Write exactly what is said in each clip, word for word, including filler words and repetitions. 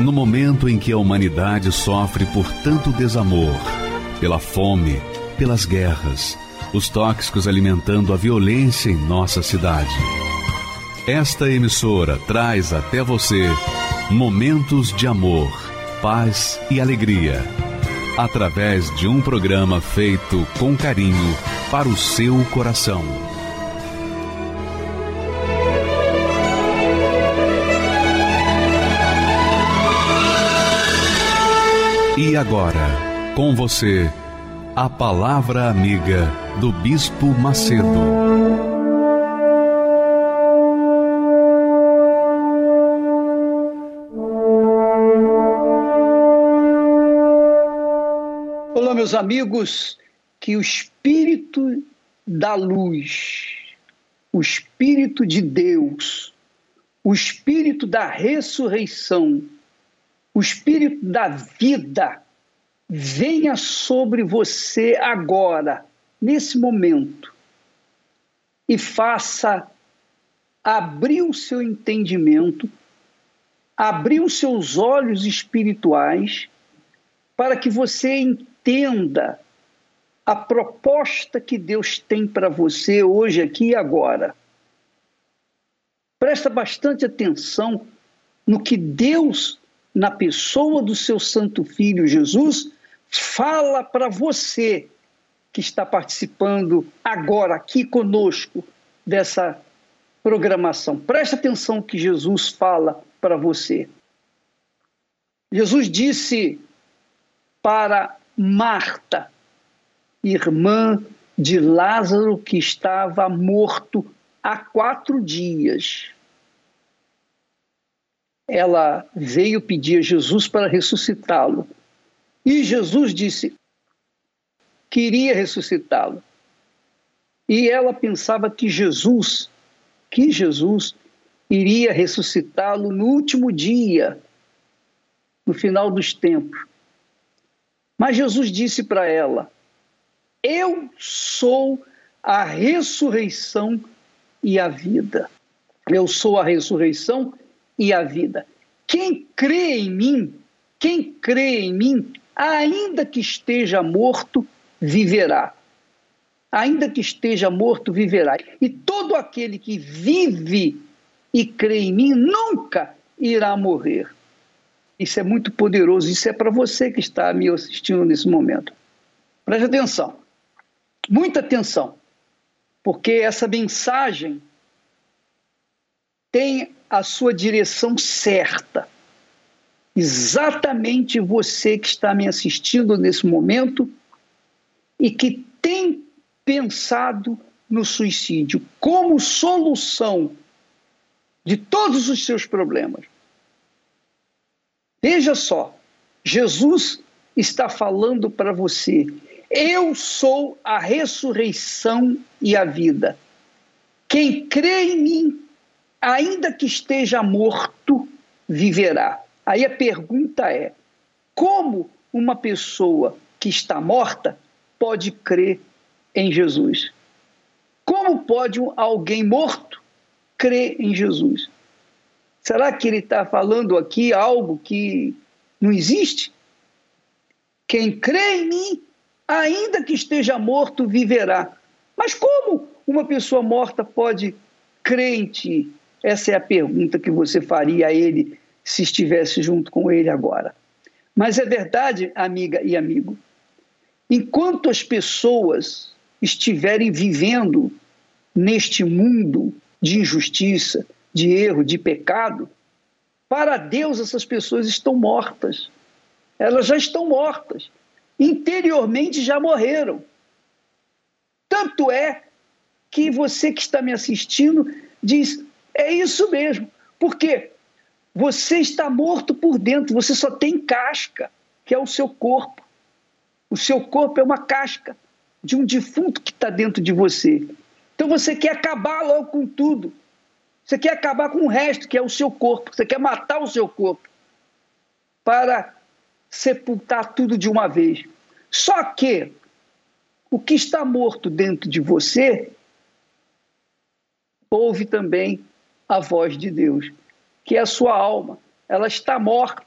No momento em que a humanidade sofre por tanto desamor, pela fome, pelas guerras, os tóxicos alimentando a violência em nossa cidade. Esta emissora traz até você momentos de amor, paz e alegria, através de um programa feito com carinho para o seu coração. E agora, com você, a Palavra Amiga do Bispo Macedo. Olá, meus amigos, que o Espírito da Luz, o Espírito de Deus, o Espírito da ressurreição, o Espírito da vida, venha sobre você agora, nesse momento, e faça abrir o seu entendimento, abrir os seus olhos espirituais, para que você entenda a proposta que Deus tem para você hoje, aqui e agora. Presta bastante atenção no que Deus, na pessoa do seu Santo Filho Jesus, fala para você que está participando agora aqui conosco dessa programação. Presta atenção no que Jesus fala para você. Jesus disse para Marta, irmã de Lázaro, que estava morto há quatro dias. Ela veio pedir a Jesus para ressuscitá-lo. E Jesus disse que iria ressuscitá-lo. E ela pensava que Jesus, que Jesus iria ressuscitá-lo no último dia, no final dos tempos. Mas Jesus disse para ela: eu sou a ressurreição e a vida. Eu sou a ressurreição e a vida. Quem crê em mim, quem crê em mim, ainda que esteja morto, viverá. Ainda que esteja morto, viverá. E todo aquele que vive e crê em mim nunca irá morrer. Isso é muito poderoso. Isso é para você que está me assistindo nesse momento. Preste atenção. Muita atenção. Porque essa mensagem tem a sua direção certa. Exatamente você que está me assistindo nesse momento e que tem pensado no suicídio como solução de todos os seus problemas. Veja só, Jesus está falando para você: eu sou a ressurreição e a vida. Quem crê em mim, ainda que esteja morto, viverá. Aí a pergunta é: como uma pessoa que está morta pode crer em Jesus? Como pode alguém morto crer em Jesus? Será que ele está falando aqui algo que não existe? Quem crê em mim, ainda que esteja morto, viverá. Mas como uma pessoa morta pode crer em ti? Essa é a pergunta que você faria a ele se estivesse junto com ele agora. Mas é verdade, amiga e amigo, enquanto as pessoas estiverem vivendo neste mundo de injustiça, de erro, de pecado, para Deus essas pessoas estão mortas. Elas já estão mortas. Interiormente já morreram. Tanto é que você que está me assistindo diz: é isso mesmo. Por quê? Você está morto por dentro, você só tem casca, que é o seu corpo. O seu corpo é uma casca de um defunto que está dentro de você. Então você quer acabar logo com tudo. Você quer acabar com o resto, que é o seu corpo. Você quer matar o seu corpo para sepultar tudo de uma vez. Só que o que está morto dentro de você ouve também a voz de Deus, que é a sua alma. Ela está morta,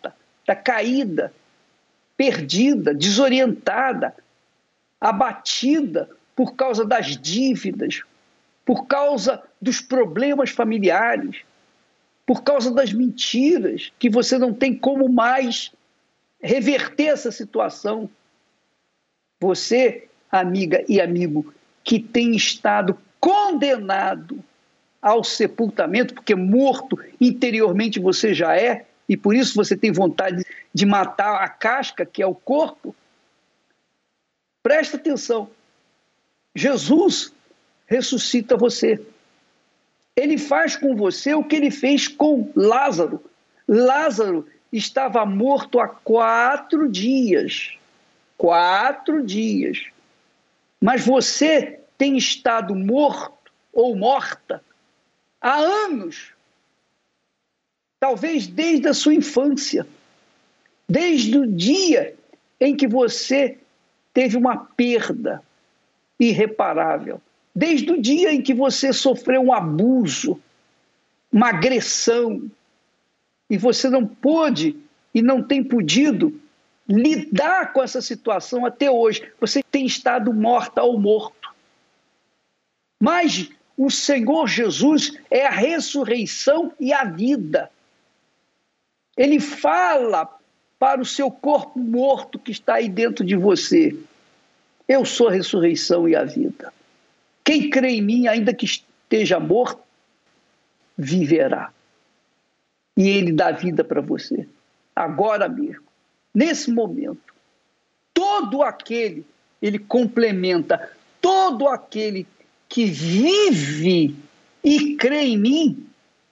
está caída, perdida, desorientada, abatida por causa das dívidas, por causa dos problemas familiares, por causa das mentiras, que você não tem como mais reverter essa situação. Você, amiga e amigo, que tem estado condenado ao sepultamento, porque morto interiormente você já é, e por isso você tem vontade de matar a casca, que é o corpo, presta atenção. Jesus ressuscita você. Ele faz com você o que ele fez com Lázaro. Lázaro estava morto há quatro dias. Quatro dias. Mas você tem estado morto ou morta há anos. Talvez desde a sua infância. Desde o dia em que você teve uma perda irreparável. Desde o dia em que você sofreu um abuso, uma agressão, e você não pôde e não tem podido lidar com essa situação até hoje. Você tem estado morta ou morto. Mas o Senhor Jesus é a ressurreição e a vida. Ele fala para o seu corpo morto que está aí dentro de você: eu sou a ressurreição e a vida. Quem crê em mim, ainda que esteja morto, viverá. E ele dá vida para você, agora mesmo, nesse momento. Todo aquele, ele complementa, todo aquele que vive e crê em mim,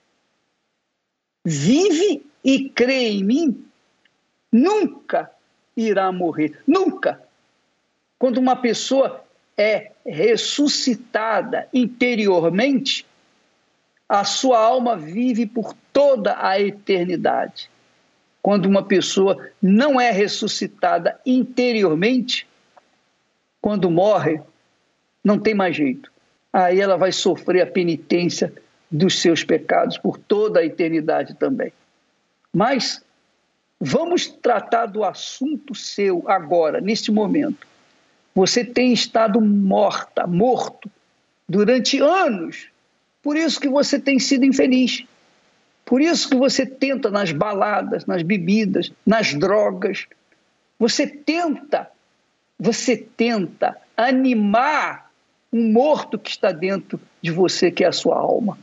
vive e crê em mim, nunca irá morrer, nunca. Quando uma pessoa é ressuscitada interiormente, a sua alma vive por toda a eternidade. Quando uma pessoa não é ressuscitada interiormente, quando morre, não tem mais jeito. Aí ela vai sofrer a penitência dos seus pecados por toda a eternidade também. Mas vamos tratar do assunto seu agora, neste momento. Você tem estado morta, morto, durante anos. Por isso que você tem sido infeliz. Por isso que você tenta nas baladas, nas bebidas, nas drogas. Você tenta, você tenta animar um morto que está dentro de você, que é a sua alma.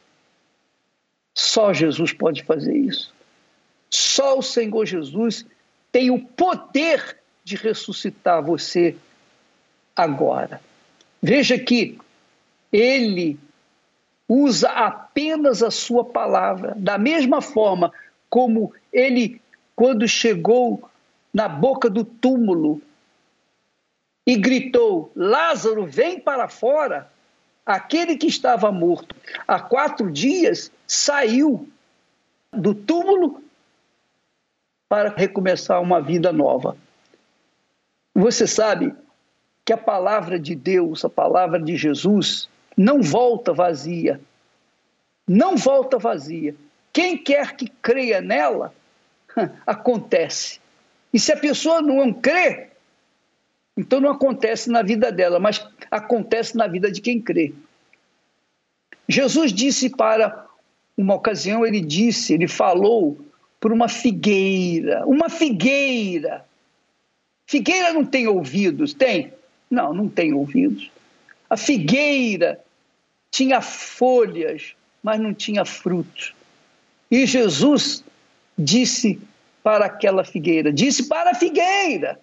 Só Jesus pode fazer isso. Só o Senhor Jesus tem o poder de ressuscitar você agora. Veja que ele usa apenas a sua palavra, da mesma forma como ele, quando chegou na boca do túmulo e gritou: Lázaro, vem para fora, aquele que estava morto há quatro dias saiu do túmulo para recomeçar uma vida nova. Você sabe que a palavra de Deus, a palavra de Jesus, não volta vazia. Não volta vazia. Quem quer que creia nela, acontece. E se a pessoa não crê, então não acontece na vida dela, mas acontece na vida de quem crê. Jesus disse para uma ocasião, ele disse, ele falou por uma figueira, uma figueira. Figueira não tem ouvidos, tem? Não, não tem ouvidos. A figueira tinha folhas, mas não tinha frutos. E Jesus disse para aquela figueira, disse para a figueira: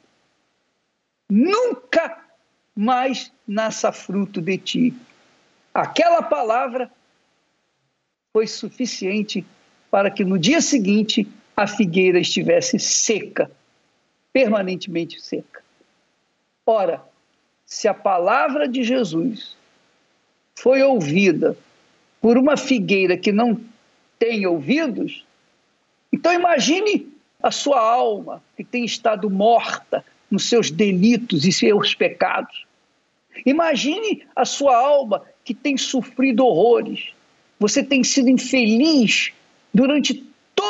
nunca mais nasça fruto de ti. Aquela palavra foi suficiente para que no dia seguinte a figueira estivesse seca, permanentemente seca. Ora, se a palavra de Jesus foi ouvida por uma figueira que não tem ouvidos, então imagine a sua alma que tem estado morta nos seus delitos e seus pecados. Imagine a sua alma que tem sofrido horrores. Você tem sido infeliz durante todo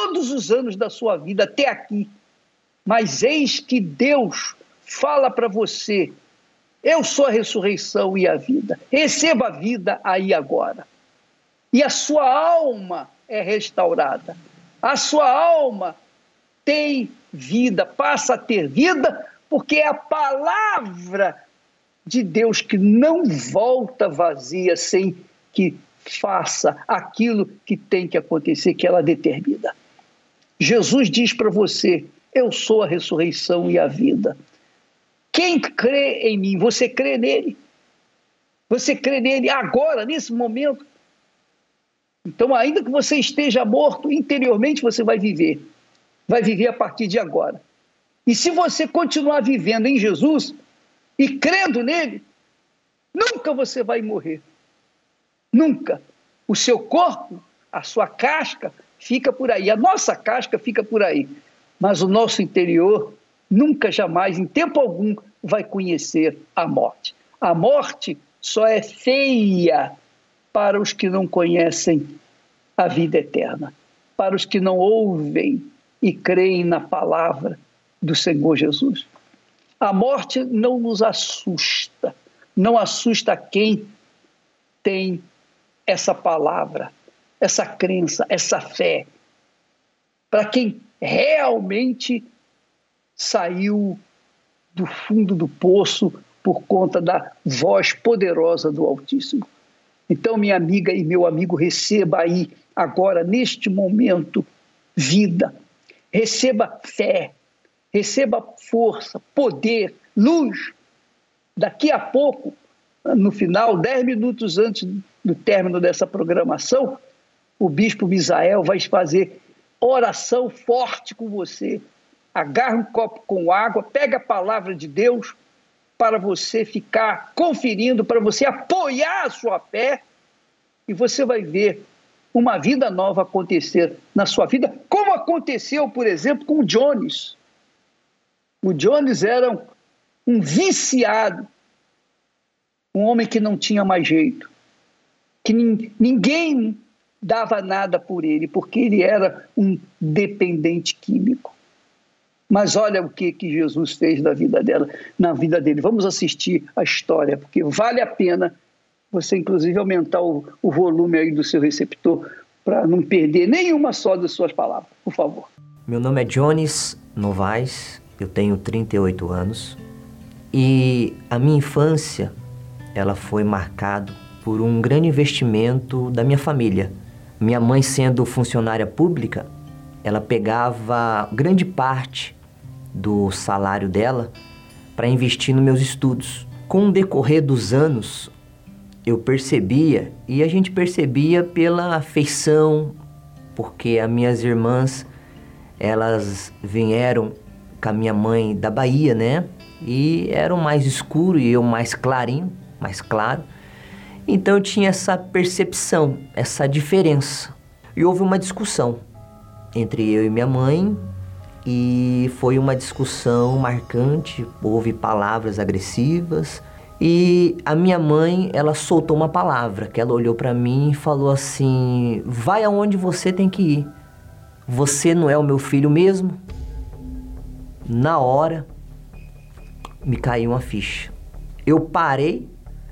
todos os anos da sua vida até aqui. Mas eis que Deus fala para você: eu sou a ressurreição e a vida. Receba a vida aí agora. E a sua alma é restaurada. A sua alma tem vida, passa a ter vida, porque é a palavra de Deus que não volta vazia sem que faça aquilo que tem que acontecer, que ela determina. Jesus diz para você: eu sou a ressurreição e a vida. Quem crê em mim, você crê nele. Você crê nele agora, nesse momento. Então, ainda que você esteja morto, interiormente você vai viver. Vai viver a partir de agora. E se você continuar vivendo em Jesus e crendo nele, nunca você vai morrer. Nunca. O seu corpo, a sua casca, fica por aí. A nossa casca fica por aí. Mas o nosso interior nunca, jamais, em tempo algum, vai conhecer a morte. A morte só é feia para os que não conhecem a vida eterna, para os que não ouvem e creem na palavra do Senhor Jesus. A morte não nos assusta, não assusta quem tem essa palavra, essa crença, essa fé. Para quem realmente saiu do fundo do poço por conta da voz poderosa do Altíssimo. Então, minha amiga e meu amigo, receba aí, agora, neste momento, vida. Receba fé, receba força, poder, luz. Daqui a pouco, no final, dez minutos antes do término dessa programação, o bispo Misael vai fazer oração forte com você. Agarra um copo com água, pega a palavra de Deus para você ficar conferindo, para você apoiar a sua fé, e você vai ver uma vida nova acontecer na sua vida, como aconteceu, por exemplo, com o Jones. O Jones era um, um viciado, um homem que não tinha mais jeito, que nin, ninguém dava nada por ele, porque ele era um dependente químico. Mas olha o que, que Jesus fez na vida dela, na vida dele. Vamos assistir a história, porque vale a pena você, inclusive, aumentar o, o volume aí do seu receptor para não perder nenhuma só das suas palavras, por favor. Meu nome é Jones Novaes, eu tenho trinta e oito anos e a minha infância ela foi marcada por um grande investimento da minha família. Minha mãe, sendo funcionária pública, ela pegava grande parte do salário dela para investir nos meus estudos. Com o decorrer dos anos, eu percebia, e a gente percebia pela afeição, porque as minhas irmãs, elas vieram com a minha mãe da Bahia, né? E eram mais escuro e eu mais clarinho, mais claro. Então eu tinha essa percepção, essa diferença. E houve uma discussão entre eu e minha mãe, e foi uma discussão marcante, houve palavras agressivas, e a minha mãe, ela soltou uma palavra, que ela olhou para mim e falou assim: vai aonde você tem que ir, você não é o meu filho mesmo? Na hora, me caiu uma ficha. Eu parei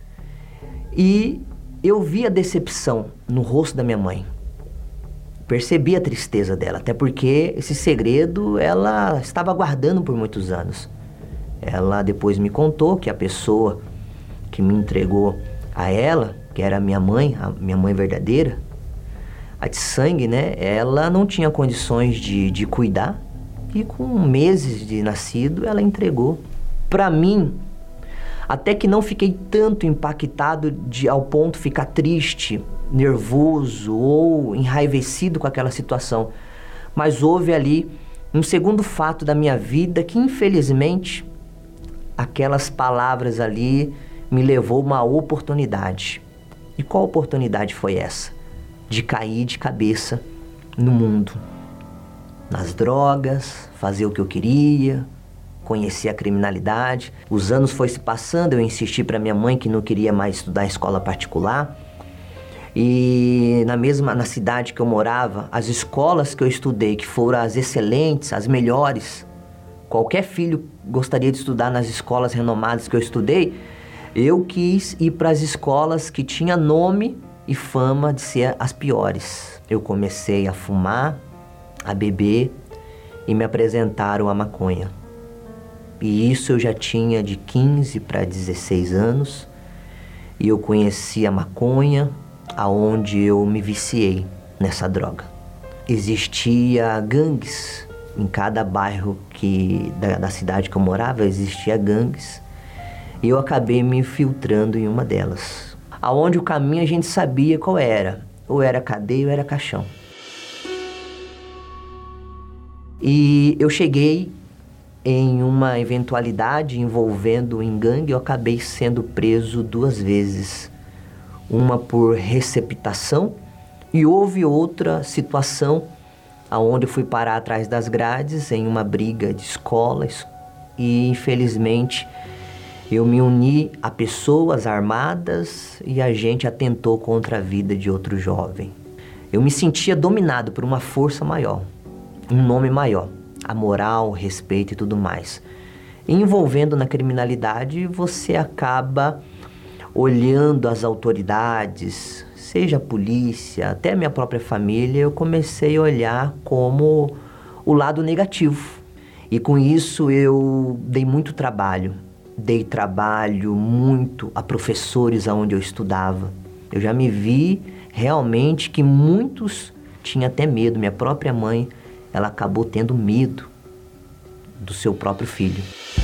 e eu vi a decepção no rosto da minha mãe. Percebi a tristeza dela, até porque esse segredo ela estava guardando por muitos anos. Ela depois me contou que a pessoa que me entregou a ela, que era a minha mãe, a minha mãe verdadeira, a de sangue, né? Ela não tinha condições de, de cuidar, e com meses de nascido ela entregou. Para mim, até que não fiquei tanto impactado de, ao ponto de ficar triste, nervoso ou enraivecido com aquela situação. Mas houve ali um segundo fato da minha vida que, infelizmente, aquelas palavras ali me levou uma oportunidade. E qual oportunidade foi essa? De cair de cabeça no mundo, nas drogas, fazer o que eu queria, conhecer a criminalidade. Os anos foi se passando, eu insisti para minha mãe que não queria mais estudar em escola particular. E na mesma, na cidade que eu morava, as escolas que eu estudei, que foram as excelentes, as melhores, qualquer filho gostaria de estudar nas escolas renomadas que eu estudei, eu quis ir para as escolas que tinham nome e fama de ser as piores. Eu comecei a fumar, a beber e me apresentaram a maconha. E isso eu já tinha de quinze para dezesseis anos e eu conheci a maconha, aonde eu me viciei nessa droga. Existia gangues em cada bairro que, da, da cidade que eu morava, existia gangues. E eu acabei me infiltrando em uma delas. Aonde o caminho a gente sabia qual era. Ou era cadeia ou era caixão. E eu cheguei em uma eventualidade envolvendo em gangue, eu acabei sendo preso duas vezes. Uma por receptação e houve outra situação onde eu fui parar atrás das grades em uma briga de escolas e infelizmente eu me uni a pessoas armadas e a gente atentou contra a vida de outro jovem. Eu me sentia dominado por uma força maior, um nome maior, a moral, o respeito e tudo mais. E envolvendo na criminalidade, você acaba olhando as autoridades, seja a polícia, até a minha própria família, eu comecei a olhar como o lado negativo. E com isso eu dei muito trabalho. Dei trabalho muito a professores aonde eu estudava. Eu já me vi realmente que muitos tinham até medo. Minha própria mãe, ela acabou tendo medo do seu próprio filho.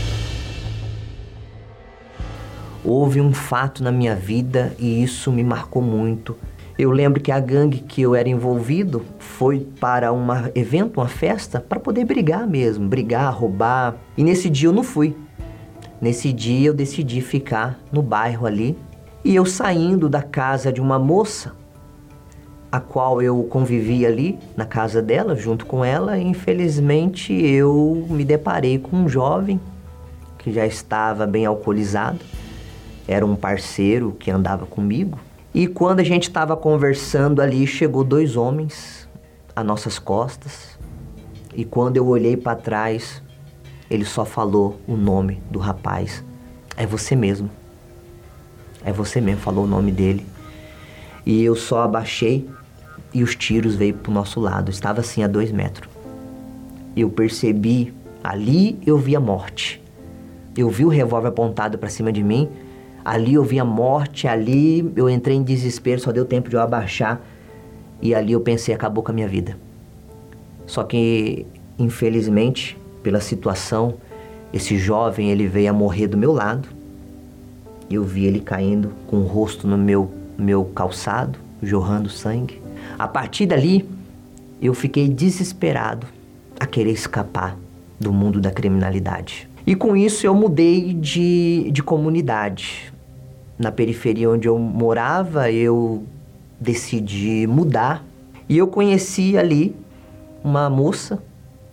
Houve um fato na minha vida e isso me marcou muito. Eu lembro que a gangue que eu era envolvido foi para um evento, uma festa, para poder brigar mesmo, brigar, roubar. E nesse dia eu não fui. Nesse dia eu decidi ficar no bairro ali. E eu saindo da casa de uma moça, a qual eu convivia ali, na casa dela, junto com ela, e infelizmente eu me deparei com um jovem que já estava bem alcoolizado. Era um parceiro que andava comigo. E quando a gente estava conversando ali, chegou dois homens às nossas costas. E quando eu olhei para trás, ele só falou o nome do rapaz. É você mesmo. É você mesmo, falou o nome dele. E eu só abaixei e os tiros veio pro nosso lado. Estava assim a dois metros. Eu percebi, ali eu vi a morte. Eu vi o revólver apontado para cima de mim. Ali eu vi a morte, ali eu entrei em desespero, só deu tempo de eu abaixar. E ali eu pensei, acabou com a minha vida. Só que, infelizmente, pela situação, esse jovem, ele veio a morrer do meu lado. Eu vi ele caindo com o rosto no meu, meu calçado, jorrando sangue. A partir dali, eu fiquei desesperado a querer escapar do mundo da criminalidade. E com isso eu mudei de, de comunidade. Na periferia onde eu morava, eu decidi mudar. E eu conheci ali uma moça,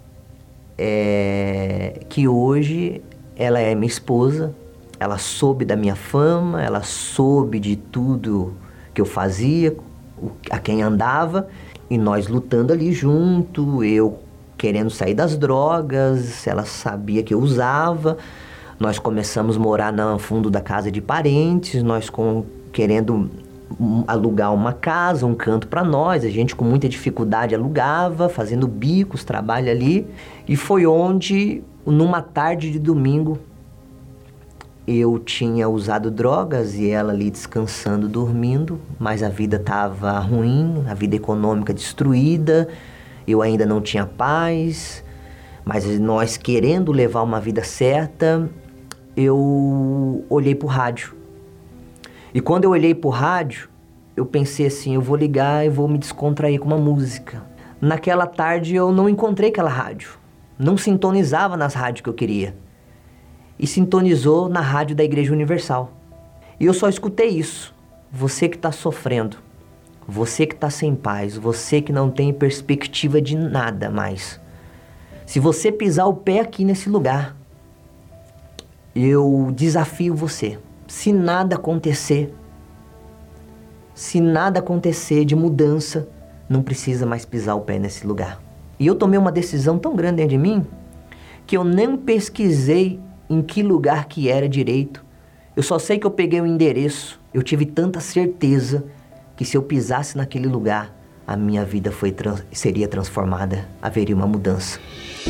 é, que hoje ela é minha esposa. Ela soube da minha fama, ela soube de tudo que eu fazia, a quem andava. E nós lutando ali junto, eu querendo sair das drogas, ela sabia que eu usava. Nós começamos a morar no fundo da casa de parentes, nós com, querendo alugar uma casa, um canto para nós. A gente com muita dificuldade alugava, fazendo bicos, trabalho ali. E foi onde, numa tarde de domingo, eu tinha usado drogas e ela ali descansando, dormindo, mas a vida estava ruim, a vida econômica destruída. Eu ainda não tinha paz, mas nós querendo levar uma vida certa, eu olhei pro rádio. E quando eu olhei pro rádio, eu pensei assim, eu vou ligar e vou me descontrair com uma música. Naquela tarde eu não encontrei aquela rádio, não sintonizava nas rádios que eu queria. E sintonizou na rádio da Igreja Universal. E eu só escutei isso. Você que está sofrendo. Você que está sem paz, você que não tem perspectiva de nada mais. Se você pisar o pé aqui nesse lugar, eu desafio você. Se nada acontecer, se nada acontecer de mudança, não precisa mais pisar o pé nesse lugar. E eu tomei uma decisão tão grande dentro de mim, que eu nem pesquisei em que lugar que era direito. Eu só sei que eu peguei o endereço, eu tive tanta certeza que se eu pisasse naquele lugar, a minha vida foi, trans, seria transformada, haveria uma mudança.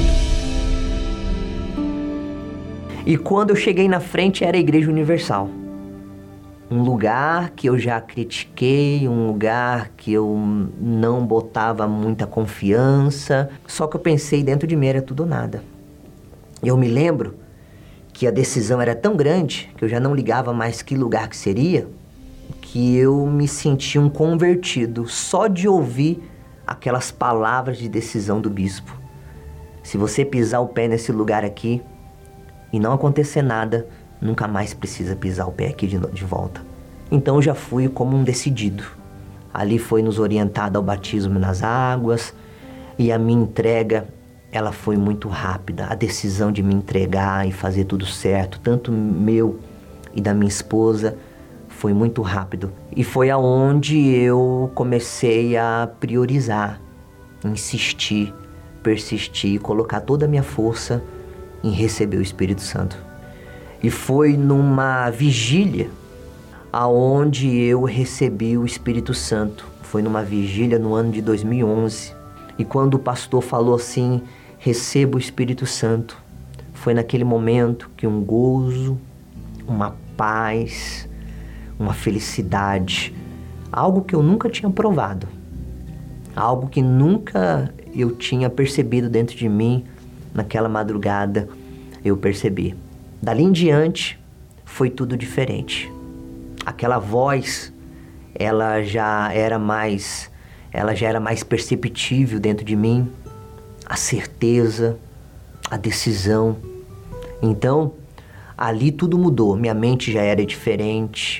E quando eu cheguei na frente, era a Igreja Universal. Um lugar que eu já critiquei, um lugar que eu não botava muita confiança. Só que eu pensei, dentro de mim era tudo ou nada. Eu me lembro que a decisão era tão grande, que eu já não ligava mais que lugar que seria, que eu me senti um convertido só de ouvir aquelas palavras de decisão do bispo. Se você pisar o pé nesse lugar aqui e não acontecer nada, nunca mais precisa pisar o pé aqui de, de volta. Então eu já fui como um decidido. Ali foi nos orientado ao batismo nas águas, e a minha entrega, ela foi muito rápida. A decisão de me entregar e fazer tudo certo, tanto meu e da minha esposa, foi muito rápido. E foi aonde eu comecei a priorizar, insistir, persistir, colocar toda a minha força em receber o Espírito Santo. E foi numa vigília aonde eu recebi o Espírito Santo. Foi numa vigília no ano de dois mil e onze. E quando o pastor falou assim, receba o Espírito Santo, foi naquele momento que um gozo, uma paz, uma felicidade, algo que eu nunca tinha provado, algo que nunca eu tinha percebido dentro de mim, naquela madrugada eu percebi. Dali em diante, foi tudo diferente. Aquela voz, ela já era mais, ela já era mais perceptível dentro de mim. A certeza, a decisão. Então, ali tudo mudou. Minha mente já era diferente.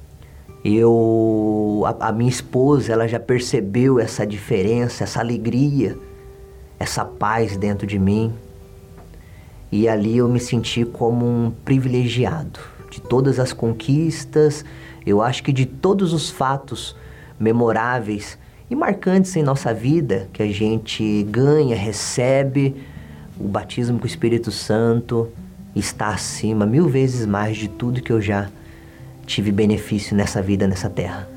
Eu, a, a minha esposa, ela já percebeu essa diferença, essa alegria, essa paz dentro de mim. E ali eu me senti como um privilegiado de todas as conquistas, eu acho que de todos os fatos memoráveis e marcantes em nossa vida, que a gente ganha, recebe, o batismo com o Espírito Santo está acima mil vezes mais de tudo que eu já tive benefício nessa vida, nessa terra.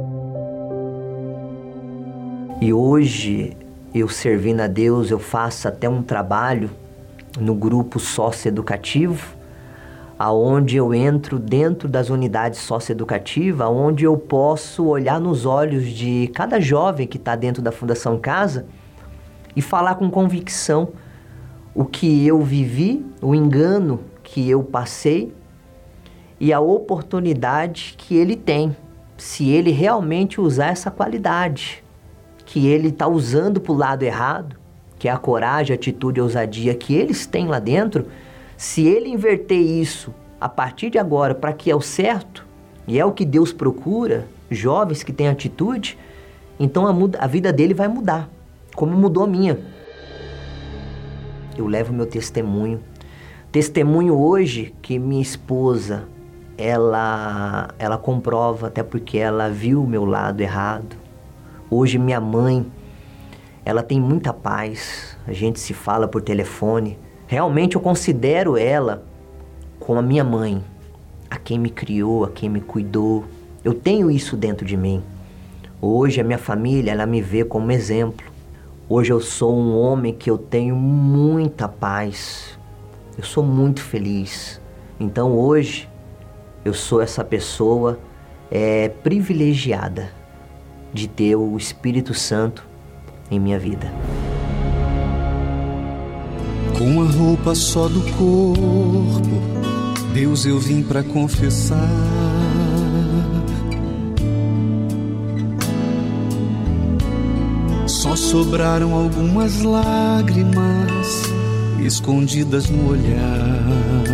E hoje, eu servindo a Deus, eu faço até um trabalho no grupo socioeducativo, aonde eu entro dentro das unidades socioeducativas, onde eu posso olhar nos olhos de cada jovem que está dentro da Fundação Casa e falar com convicção o que eu vivi, o engano que eu passei e a oportunidade que ele tem, se ele realmente usar essa qualidade que ele está usando para o lado errado, que é a coragem, a atitude, a ousadia que eles têm lá dentro. Se ele inverter isso a partir de agora para que é o certo, e é o que Deus procura, jovens que têm atitude, então a, muda, a vida dele vai mudar, como mudou a minha. Eu levo meu testemunho. Testemunho hoje que minha esposa, ela, ela comprova, até porque ela viu o meu lado errado. Hoje minha mãe, ela tem muita paz, a gente se fala por telefone. Realmente eu considero ela como a minha mãe, a quem me criou, a quem me cuidou. Eu tenho isso dentro de mim. Hoje a minha família, ela me vê como exemplo. Hoje eu sou um homem que eu tenho muita paz. Eu sou muito feliz. Então hoje eu sou essa pessoa é, privilegiada de ter o Espírito Santo em minha vida. Com a roupa só do corpo, Deus eu vim pra confessar. Só sobraram algumas lágrimas escondidas no olhar.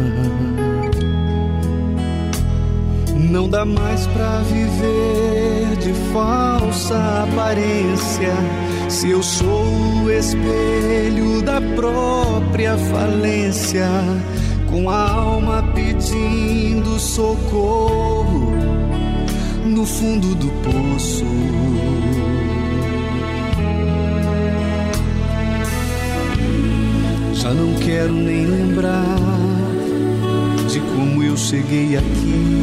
Não dá mais pra viver de falsa aparência, se eu sou o espelho da própria falência, com a alma pedindo socorro no no fundo do poço. Já não quero nem lembrar de como eu cheguei aqui.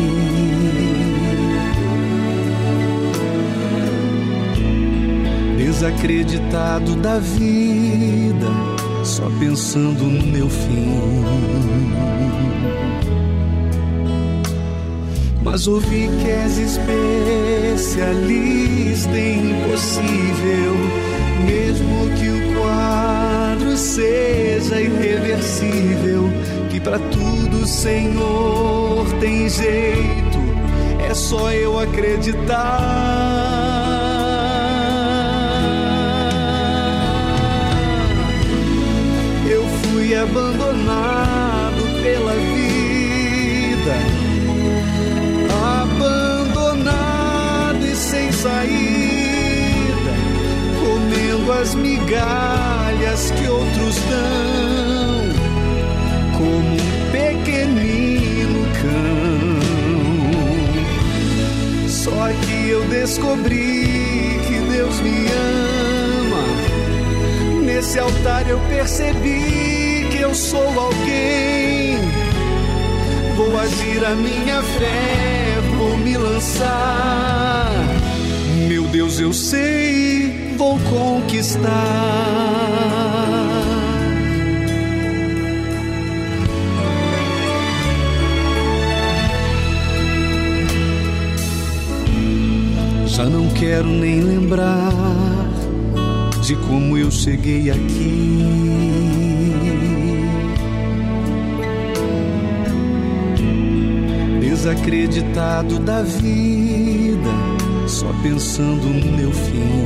Desacreditado da vida, só pensando no meu fim. Mas ouvi que és especialista em impossível, mesmo que o quadro seja irreversível, que pra tudo, Senhor, tem jeito, é só eu acreditar. Eu fui abandonado pela vida, abandonado e sem saída, comendo as migalhas que outros dão, como um pequenino cão. Só que eu descobri que Deus me ama. Nesse altar eu percebi que eu sou alguém. Vou agir a minha fé, vou me lançar. Meu Deus, eu sei, vou conquistar. Já não quero nem lembrar de como eu cheguei aqui. Desacreditado da vida, só pensando no meu fim.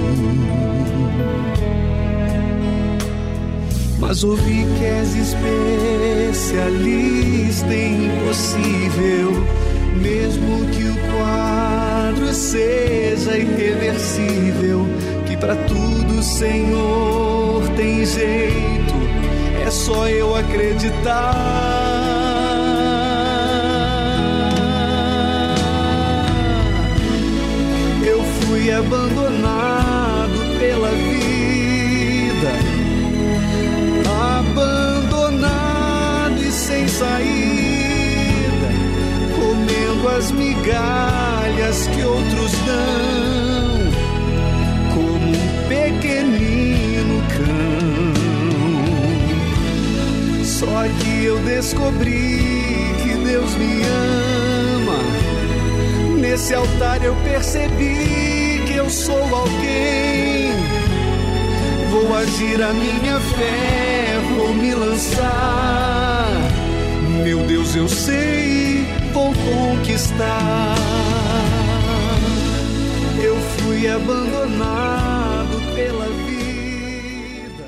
Mas ouvi que és especialista em impossível, mesmo que o quadro seja irreversível, que pra tudo, Senhor, tem jeito, é só eu acreditar. Eu fui abandonado pela vida, abandonado e sem saída, comendo as migalhas que outros dão, como um pequenino cão. Só que eu descobri que Deus me ama. Nesse altar eu percebi que eu sou alguém. Vou agir a minha fé, vou me lançar. Meu Deus, eu sei, vou conquistar. Eu fui abandonado pela vida.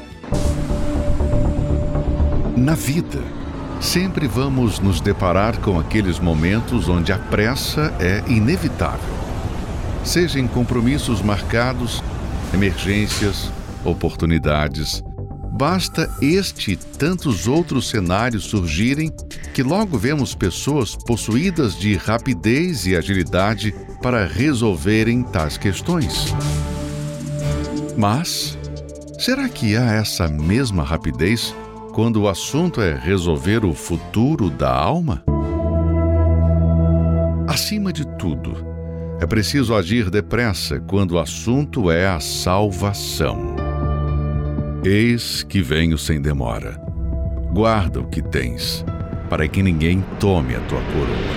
Na vida, sempre vamos nos deparar com aqueles momentos onde a pressa é inevitável. Seja em compromissos marcados, emergências, oportunidades. Basta este e tantos outros cenários surgirem que logo vemos pessoas possuídas de rapidez e agilidade para resolverem tais questões. Mas, será que há essa mesma rapidez quando o assunto é resolver o futuro da alma? Acima de tudo, é preciso agir depressa quando o assunto é a salvação. Eis que venho sem demora. Guarda o que tens, para que ninguém tome a tua coroa.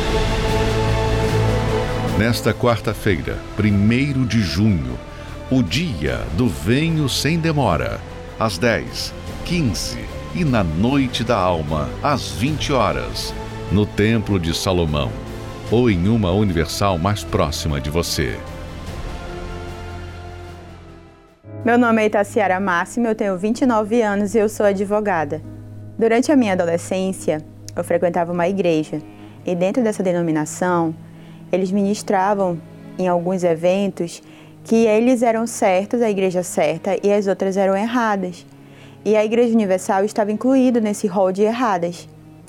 Nesta quarta-feira, primeiro de junho, o dia do Venho Sem Demora, às dez, quinze e na Noite da Alma, às vinte horas, no Templo de Salomão, ou em uma universal mais próxima de você. Meu nome é Itaciara Máximo, eu tenho vinte e nove anos e eu sou advogada. Durante a minha adolescência, eu frequentava uma igreja e dentro dessa denominação, eles ministravam em alguns eventos que eles eram certos, a igreja certa, e as outras eram erradas. E a Igreja Universal estava incluída nesse rol de erradas.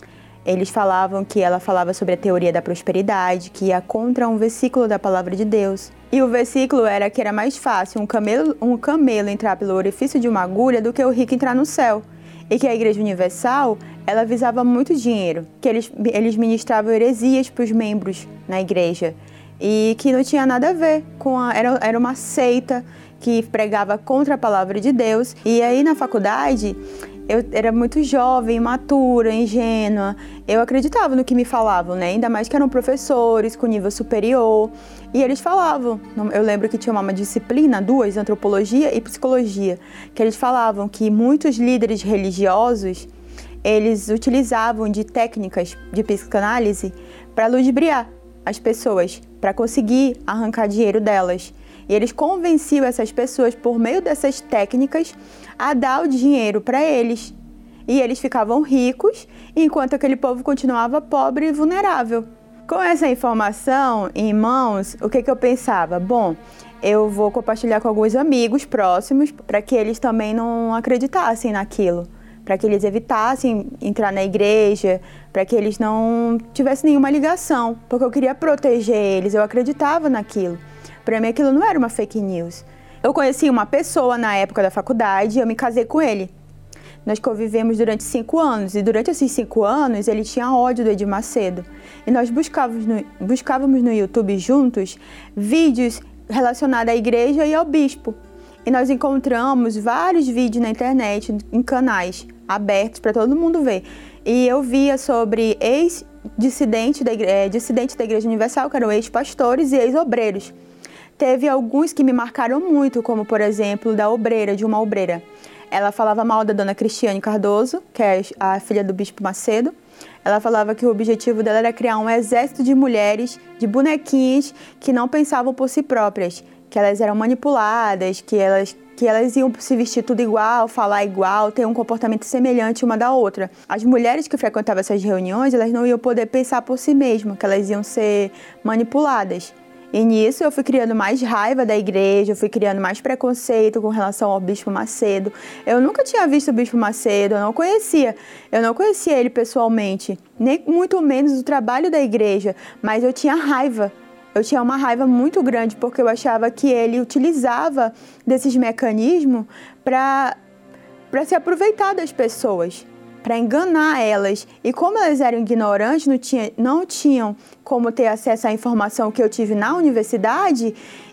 Eles falavam que ela falava sobre a teoria da prosperidade, que ia contra um versículo da palavra de Deus. E o versículo era que era mais fácil um camelo, um camelo entrar pelo orifício de uma agulha do que o rico entrar no céu. E que a Igreja Universal, ela visava muito dinheiro, que eles, eles ministravam heresias para os membros na igreja. E que não tinha nada a ver com a... Era, era uma seita que pregava contra a palavra de Deus. E aí na faculdade, eu era muito jovem, imatura, ingênua. Eu acreditava no que me falavam, né? Ainda mais que eram professores com nível superior. E eles falavam, eu lembro que tinha uma disciplina, duas, antropologia e psicologia, que eles falavam que muitos líderes religiosos, eles utilizavam de técnicas de psicanálise para ludibriar as pessoas, para conseguir arrancar dinheiro delas. E eles convenciam essas pessoas, por meio dessas técnicas, a dar o dinheiro para eles. E eles ficavam ricos, enquanto aquele povo continuava pobre e vulnerável. Com essa informação em mãos, o que, que eu pensava? Bom, eu vou compartilhar com alguns amigos próximos para que eles também não acreditassem naquilo, para que eles evitassem entrar na igreja, para que eles não tivessem nenhuma ligação, porque eu queria proteger eles, eu acreditava naquilo. Para mim aquilo não era uma fake news. Eu conheci uma pessoa na época da faculdade e eu me casei com ele. Nós convivemos durante cinco anos e durante esses cinco anos ele tinha ódio do Edir Macedo. E nós buscávamos no, buscávamos no YouTube juntos vídeos relacionados à igreja e ao bispo. E nós encontramos vários vídeos na internet, em canais abertos para todo mundo ver. E eu via sobre ex-dissidentes da, igreja, dissidentes da Igreja Universal, que eram ex-pastores e ex-obreiros. Teve alguns que me marcaram muito, como por exemplo, da obreira, de uma obreira. Ela falava mal da dona Cristiane Cardoso, que é a filha do bispo Macedo. Ela falava que o objetivo dela era criar um exército de mulheres, de bonequinhas, que não pensavam por si próprias, que elas eram manipuladas, que elas, que elas iam se vestir tudo igual, falar igual, ter um comportamento semelhante uma da outra. As mulheres que frequentavam essas reuniões, elas não iam poder pensar por si mesmas, que elas iam ser manipuladas. E nisso eu fui criando mais raiva da igreja, eu fui criando mais preconceito com relação ao bispo Macedo. Eu nunca tinha visto o bispo Macedo, eu não conhecia. Eu não conhecia ele pessoalmente, nem muito menos o trabalho da igreja, mas eu tinha raiva. Eu tinha uma raiva muito grande porque eu achava que ele utilizava desses mecanismos para para se aproveitar das pessoas, para enganar elas. E como elas eram ignorantes, não, tinha, não tinham como ter acesso à informação que eu tive na universidade,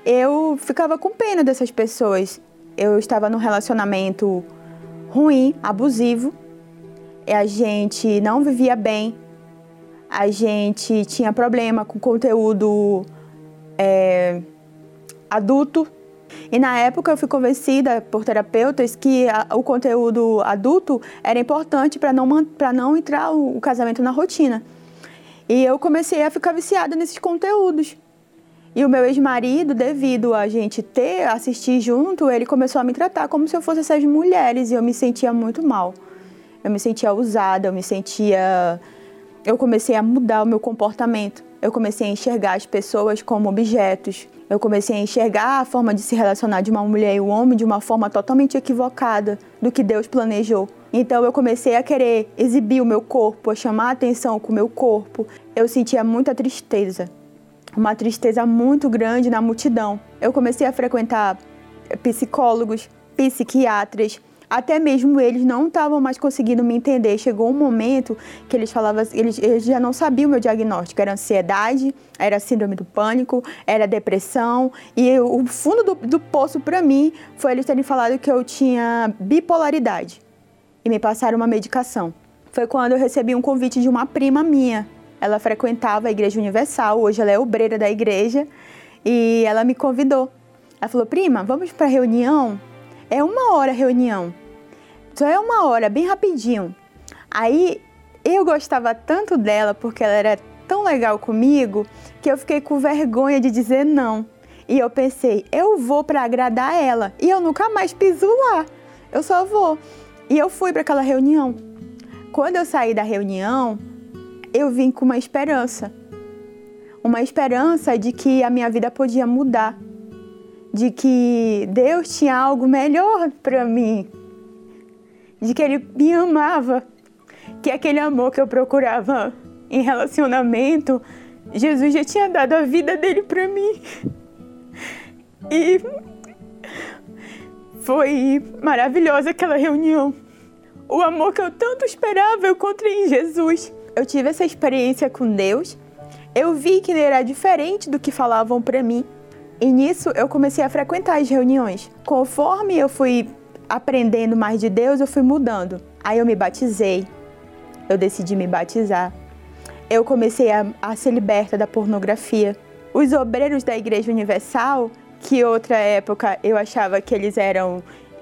eu ficava com pena dessas pessoas. Eu estava num relacionamento ruim, abusivo, e a gente não vivia bem, a gente tinha problema com conteúdo é, adulto. E na época eu fui convencida por terapeutas que a, o conteúdo adulto era importante para não, para não entrar o, o casamento na rotina. E eu comecei a ficar viciada nesses conteúdos. E o meu ex-marido, devido a gente ter, assistir junto, ele começou a me tratar como se eu fosse essas mulheres. E eu me sentia muito mal. Eu me sentia usada, eu me sentia... Eu comecei a mudar o meu comportamento. Eu comecei a enxergar as pessoas como objetos. Eu comecei a enxergar a forma de se relacionar de uma mulher e um homem de uma forma totalmente equivocada do que Deus planejou. Então eu comecei a querer exibir o meu corpo, a chamar a atenção com o meu corpo. Eu sentia muita tristeza, uma tristeza muito grande na multidão. Eu comecei a frequentar psicólogos, psiquiatras. Até mesmo eles não estavam mais conseguindo me entender. Chegou um momento que eles falavam, eles, eles já não sabiam o meu diagnóstico. Era ansiedade, era síndrome do pânico, era depressão. E eu, o fundo do, do poço para mim foi eles terem falado que eu tinha bipolaridade. E me passaram uma medicação. Foi quando eu recebi um convite de uma prima minha. Ela frequentava a Igreja Universal, hoje ela é obreira da igreja. E ela me convidou. Ela falou, prima, vamos para a reunião? É uma hora a reunião, só é uma hora, bem rapidinho. Aí eu gostava tanto dela, porque ela era tão legal comigo, que eu fiquei com vergonha de dizer não. E eu pensei, eu vou para agradar ela, e eu nunca mais piso lá, eu só vou. E eu fui para aquela reunião. Quando eu saí da reunião, eu vim com uma esperança. Uma esperança de que a minha vida podia mudar. De que Deus tinha algo melhor para mim, de que Ele me amava. que aquele amor que eu procurava em relacionamento, Jesus já tinha dado a vida dele para mim. E foi maravilhosa aquela reunião. O amor que eu tanto esperava, eu encontrei em Jesus. Eu tive essa experiência com Deus. Eu vi que ele era diferente do que falavam para mim. E nisso eu comecei a frequentar as reuniões. Conforme eu fui aprendendo mais de Deus, eu fui mudando. Aí eu me batizei. Eu decidi me batizar. Eu comecei a, a ser liberta da pornografia. Os obreiros da Igreja Universal, que outra época eu achava que eles eram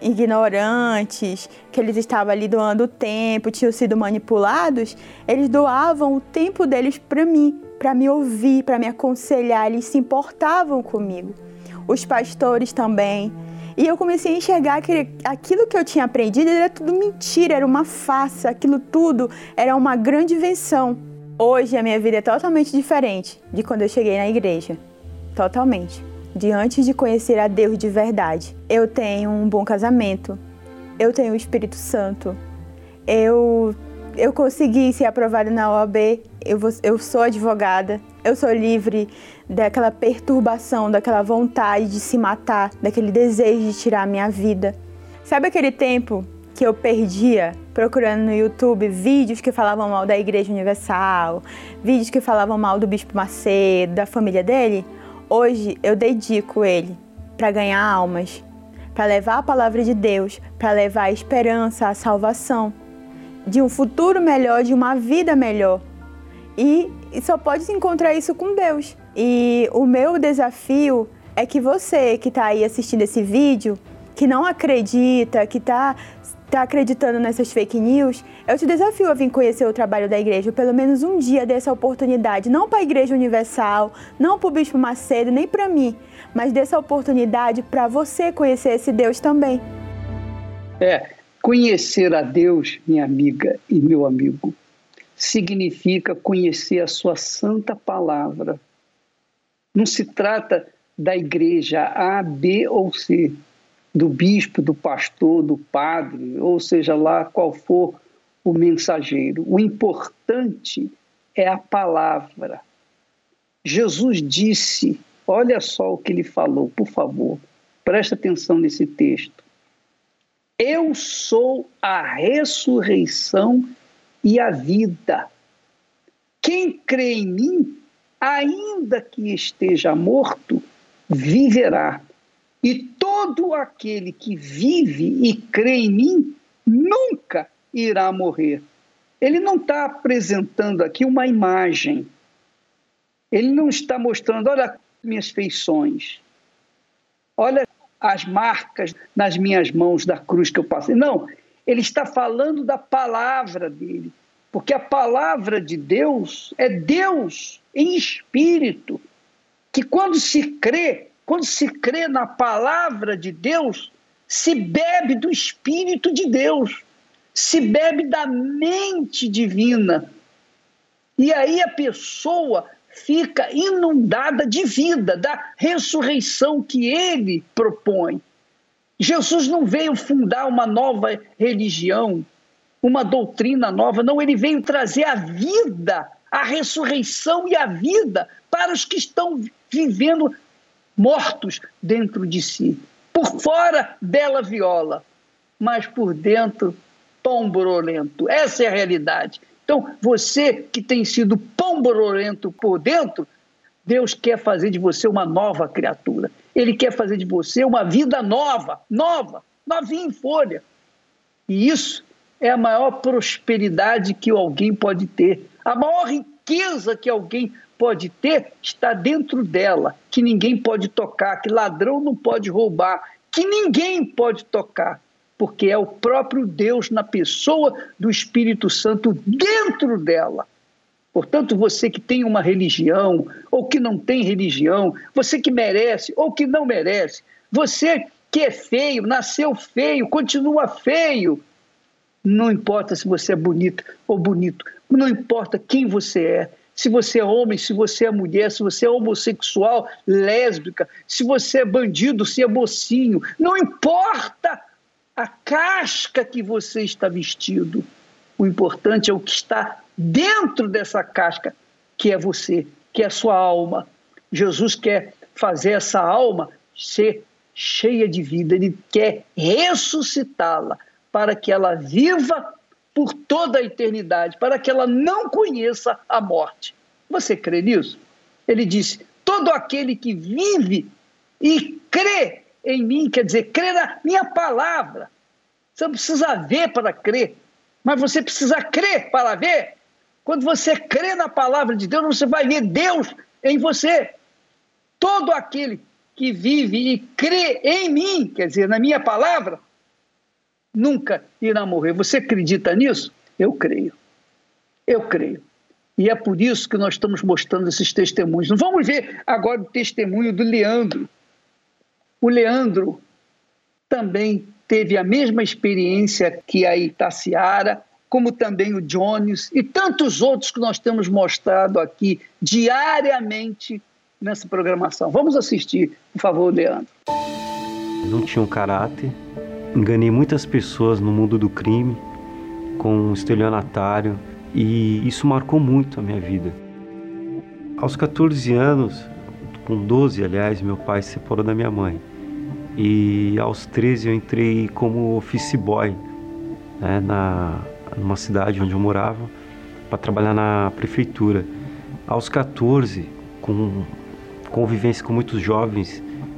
ignorantes, que eles estavam ali doando o tempo, tinham sido manipulados, eles doavam o tempo deles para mim, para me ouvir, para me aconselhar, eles se importavam comigo. Os pastores também. E eu comecei a enxergar que aquilo que eu tinha aprendido era tudo mentira, era uma farsa, aquilo tudo era uma grande invenção. Hoje a minha vida é totalmente diferente de quando eu cheguei na igreja. Totalmente. De antes de conhecer a Deus de verdade. Eu tenho um bom casamento. Eu tenho o Espírito Santo. Eu, eu consegui ser aprovada na O A B. Eu, vou, eu sou advogada. Eu sou livre daquela perturbação, daquela vontade de se matar, daquele desejo de tirar a minha vida. Sabe aquele tempo que eu perdia procurando no YouTube vídeos que falavam mal da Igreja Universal, vídeos que falavam mal do Bispo Macedo, da família dele? Hoje eu dedico ele para ganhar almas, para levar a palavra de Deus, para levar a esperança, a salvação, de um futuro melhor, de uma vida melhor. E, e só pode se encontrar isso com Deus. E o meu desafio é que você que está aí assistindo esse vídeo, que não acredita, que está tá acreditando nessas fake news, eu te desafio a vir conhecer o trabalho da igreja, pelo menos um dia dessa oportunidade, não para a Igreja Universal, não para o Bispo Macedo, nem para mim, mas dessa oportunidade para você conhecer esse Deus também. É, conhecer a Deus, minha amiga e meu amigo, significa conhecer a sua santa palavra. Não se trata da igreja A, B ou C, do bispo, do pastor, do padre, ou seja lá qual for o mensageiro. O importante é a palavra. Jesus disse, olha só o que ele falou, por favor, presta atenção nesse texto. Eu sou a ressurreição e a vida. Quem crê em mim, ainda que esteja morto, viverá. E todo aquele que vive e crê em mim, nunca irá morrer. Ele não está apresentando aqui uma imagem. Ele não está mostrando, olha minhas feições. Olha as marcas nas minhas mãos da cruz que eu passei. Não, ele está falando da palavra dele. Porque a palavra de Deus é Deus em espírito. Que quando se crê, quando se crê na palavra de Deus, se bebe do Espírito de Deus, se bebe da mente divina. E aí a pessoa fica inundada de vida, da ressurreição que ele propõe. Jesus não veio fundar uma nova religião, uma doutrina nova, não, ele veio trazer a vida, a ressurreição e a vida para os que estão vivendo mortos dentro de si. Por fora, bela viola, mas por dentro, pão borolento. Essa é a realidade. Então, você que tem sido pão borolento por dentro, Deus quer fazer de você uma nova criatura. Ele quer fazer de você uma vida nova, nova, novinha em folha. E isso é a maior prosperidade que alguém pode ter. A maior riqueza que alguém pode ter está dentro dela, que ninguém pode tocar, que ladrão não pode roubar, que ninguém pode tocar, porque é o próprio Deus na pessoa do Espírito Santo dentro dela. Portanto, você que tem uma religião ou que não tem religião, você que merece ou que não merece, você que é feio, nasceu feio, continua feio, não importa se você é bonito ou bonito, não importa quem você é, se você é homem, se você é mulher, se você é homossexual, lésbica, se você é bandido, se é mocinho, não importa a casca que você está vestido. O importante é o que está dentro dessa casca, que é você, que é a sua alma. Jesus quer fazer essa alma ser cheia de vida, ele quer ressuscitá-la para que ela viva por toda a eternidade, para que ela não conheça a morte. Você crê nisso? Ele disse, todo aquele que vive e crê em mim, quer dizer, crê na minha palavra. Você não precisa ver para crer, mas você precisa crer para ver. Quando você crê na palavra de Deus, você vai ver Deus em você. Todo aquele que vive e crê em mim, quer dizer, na minha palavra, nunca irá morrer. Você acredita nisso? Eu creio. Eu creio. E é por isso que nós estamos mostrando esses testemunhos. Vamos ver agora o testemunho do Leandro. O Leandro também teve a mesma experiência que a Itaciara, como também o Jones e tantos outros que nós temos mostrado aqui diariamente nessa programação. Vamos assistir, por favor, Leandro. Não tinha um caráter, enganei muitas pessoas no mundo do crime com um estelionatário e isso marcou muito a minha vida. Aos catorze anos, com doze, aliás, meu pai se separou da minha mãe. E aos treze eu entrei como office boy, né, na, numa cidade onde eu morava, para trabalhar na prefeitura. Aos catorze, com convivência com muitos jovens,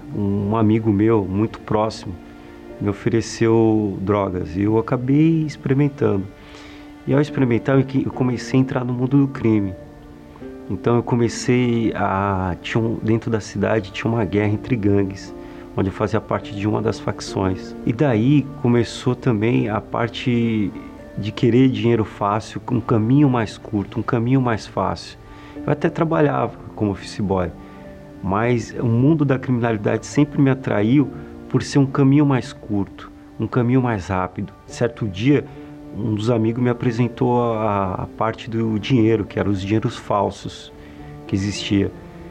um amigo meu, muito próximo, me ofereceu drogas e eu acabei experimentando. E ao experimentar, eu comecei a entrar no mundo do crime. Então eu comecei a... Tinha um, dentro da cidade tinha uma guerra entre gangues, onde eu fazia parte de uma das facções. E daí começou também a parte de querer dinheiro fácil, um caminho mais curto, um caminho mais fácil. Eu até trabalhava como office boy, mas o mundo da criminalidade sempre me atraiu por ser um caminho mais curto, um caminho mais rápido. Certo dia, um dos amigos me apresentou a, a parte do dinheiro, que eram os dinheiros falsos que existia.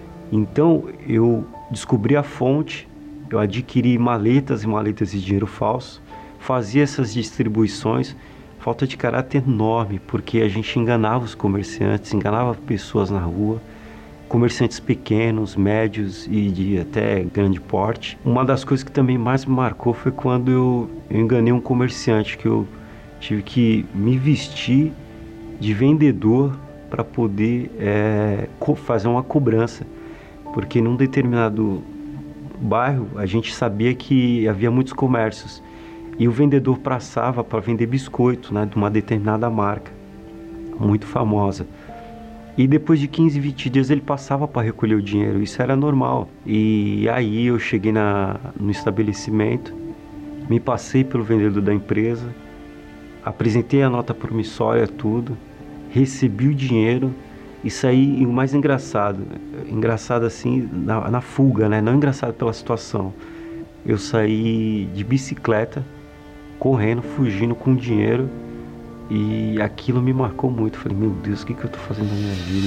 Então eu descobri a fonte, eu adquiri maletas e maletas de dinheiro falso, fazia essas distribuições, falta de caráter enorme, porque a gente enganava os comerciantes, enganava pessoas na rua, comerciantes pequenos, médios e de até grande porte. Uma das coisas que também mais me marcou foi quando eu, eu enganei um comerciante, que eu tive que me vestir de vendedor para poder é, fazer uma cobrança, porque num determinado bairro a gente sabia que havia muitos comércios e o vendedor passava para vender biscoito, né, de uma determinada marca muito famosa, e depois de quinze, vinte dias ele passava para recolher o dinheiro. Isso era normal. E aí eu cheguei na, no estabelecimento, me passei pelo vendedor da empresa, apresentei a nota promissória, tudo, recebi o dinheiro e saí. E o mais engraçado, engraçado assim, na, na fuga, né? Não engraçado pela situação. Eu saí de bicicleta, correndo, fugindo com dinheiro, e aquilo me marcou muito. Falei, meu Deus, o que, que eu estou fazendo na minha vida?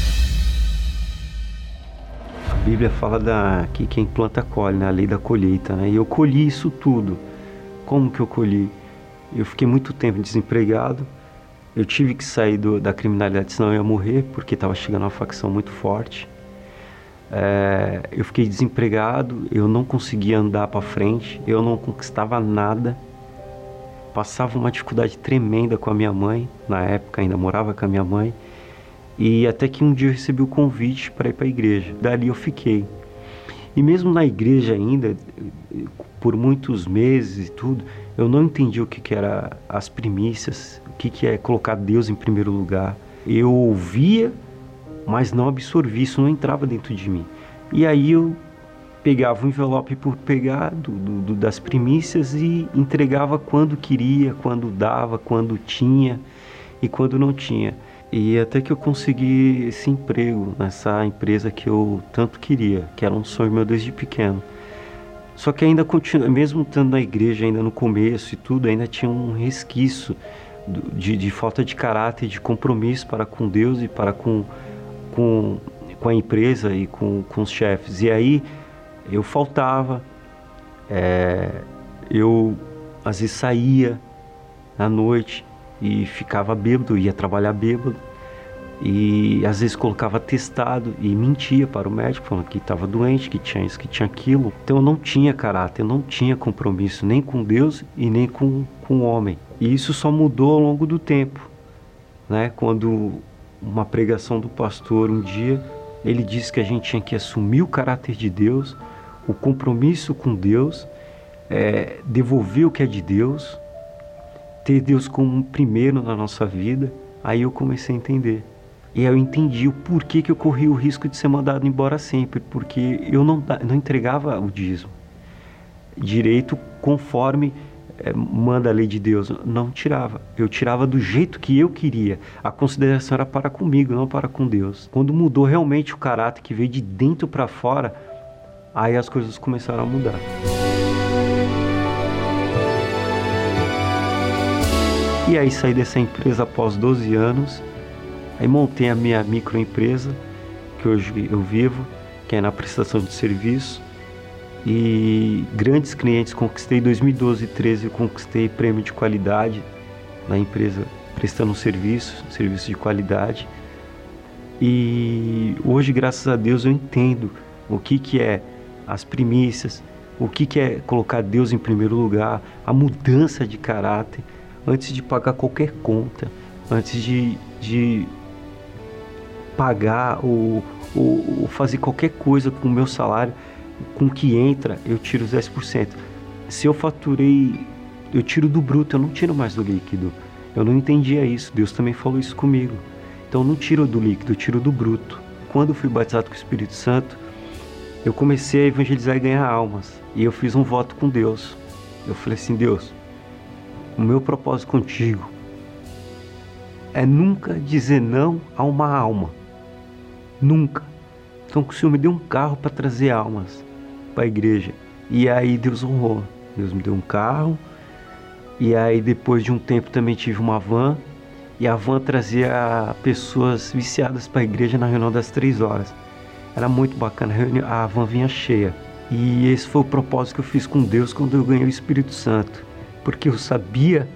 A Bíblia fala da, que quem planta colhe, né? A lei da colheita, né? E eu colhi isso tudo. Como que eu colhi? Eu fiquei muito tempo desempregado, eu tive que sair do, da criminalidade, senão eu ia morrer, porque estava chegando uma facção muito forte. É, eu fiquei desempregado, eu não conseguia andar para frente, eu não conquistava nada, passava uma dificuldade tremenda com a minha mãe, na época ainda morava com a minha mãe, e até que um dia eu recebi o convite para ir para a igreja, dali eu fiquei. E mesmo na igreja ainda, por muitos meses e tudo, eu não entendi o que, que era as primícias, o que, que é colocar Deus em primeiro lugar. Eu ouvia, mas não absorvia, isso não entrava dentro de mim. E aí eu pegava o envelope por pegar do, do, das primícias e entregava quando queria, quando dava, quando tinha e quando não tinha. E até que eu consegui esse emprego nessa empresa que eu tanto queria, que era um sonho meu desde pequeno. Só que ainda continua, mesmo estando na igreja ainda no começo e tudo, ainda tinha um resquício de, de falta de caráter, de compromisso para com Deus e para com, com, com a empresa e com, com os chefes. E aí eu faltava, é, eu às vezes saía à noite e ficava bêbado, ia trabalhar bêbado. E às vezes colocava atestado e mentia para o médico, falando que estava doente, que tinha isso, que tinha aquilo. Então eu não tinha caráter, eu não tinha compromisso nem com Deus e nem com, com o homem. E isso só mudou ao longo do tempo, né? Quando uma pregação do pastor um dia, ele disse que a gente tinha que assumir o caráter de Deus, o compromisso com Deus, é, devolver o que é de Deus, ter Deus como primeiro na nossa vida. Aí eu comecei a entender. E aí eu entendi o porquê que eu corri o risco de ser mandado embora sempre, porque eu não, não entregava o dízimo direito conforme é, manda a lei de Deus, não tirava. Eu tirava do jeito que eu queria. A consideração era para comigo, não para com Deus. Quando mudou realmente o caráter, que veio de dentro para fora, aí as coisas começaram a mudar. E aí saí dessa empresa após doze anos. Aí montei a minha microempresa, que hoje eu vivo, que é na prestação de serviço. E grandes clientes conquistei. Em dois mil e doze e dois mil e treze eu conquistei prêmio de qualidade na empresa, prestando um serviço, serviço de qualidade. E hoje, graças a Deus, eu entendo o que, que é as primícias, o que, que é colocar Deus em primeiro lugar, a mudança de caráter, antes de pagar qualquer conta, antes de... de pagar ou, ou, ou fazer qualquer coisa com o meu salário, com o que entra, eu tiro os dez por cento. Se eu faturei, eu tiro do bruto, eu não tiro mais do líquido. Eu não entendia isso, Deus também falou isso comigo. Então eu não tiro do líquido, eu tiro do bruto. Quando eu fui batizado com o Espírito Santo, eu comecei a evangelizar e ganhar almas. E eu fiz um voto com Deus. Eu falei assim: Deus, o meu propósito contigo é nunca dizer não a uma alma. Nunca. Então o Senhor me deu um carro para trazer almas para a igreja. E aí Deus honrou. Deus me deu um carro. E aí depois de um tempo também tive uma van. E a van trazia pessoas viciadas para a igreja na reunião das três horas. Era muito bacana. A van vinha cheia. E esse foi o propósito que eu fiz com Deus quando eu ganhei o Espírito Santo. Porque eu sabia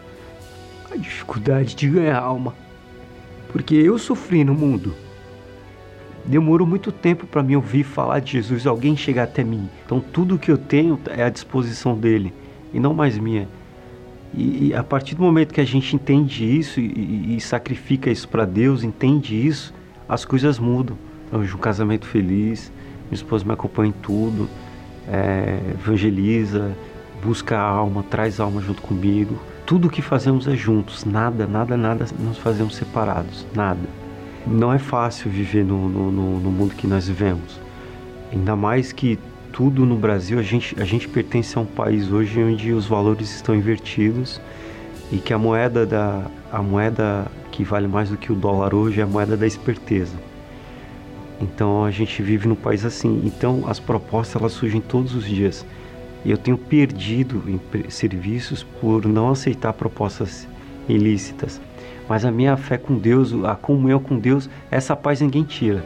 a dificuldade de ganhar alma. Porque eu sofri no mundo. Demorou muito tempo para mim ouvir falar de Jesus, alguém chegar até mim. Então tudo que eu tenho é à disposição dele e não mais minha. E, e a partir do momento que a gente entende isso e, e, e sacrifica isso para Deus, entende isso, as coisas mudam. Hoje um casamento feliz, minha esposa me acompanha em tudo, é, evangeliza, busca a alma, traz a alma junto comigo. Tudo que fazemos é juntos, nada, nada, nada nós fazemos separados, nada. Não é fácil viver no, no, no mundo que nós vivemos. Ainda mais que tudo no Brasil, a gente, a gente pertence a um país hoje onde os valores estão invertidos e que a moeda, da, a moeda que vale mais do que o dólar hoje é a moeda da esperteza. Então a gente vive num país assim. Então as propostas elas surgem todos os dias. E eu tenho perdido em serviços por não aceitar propostas ilícitas. Mas a minha fé com Deus, a comunhão com Deus, essa paz ninguém tira.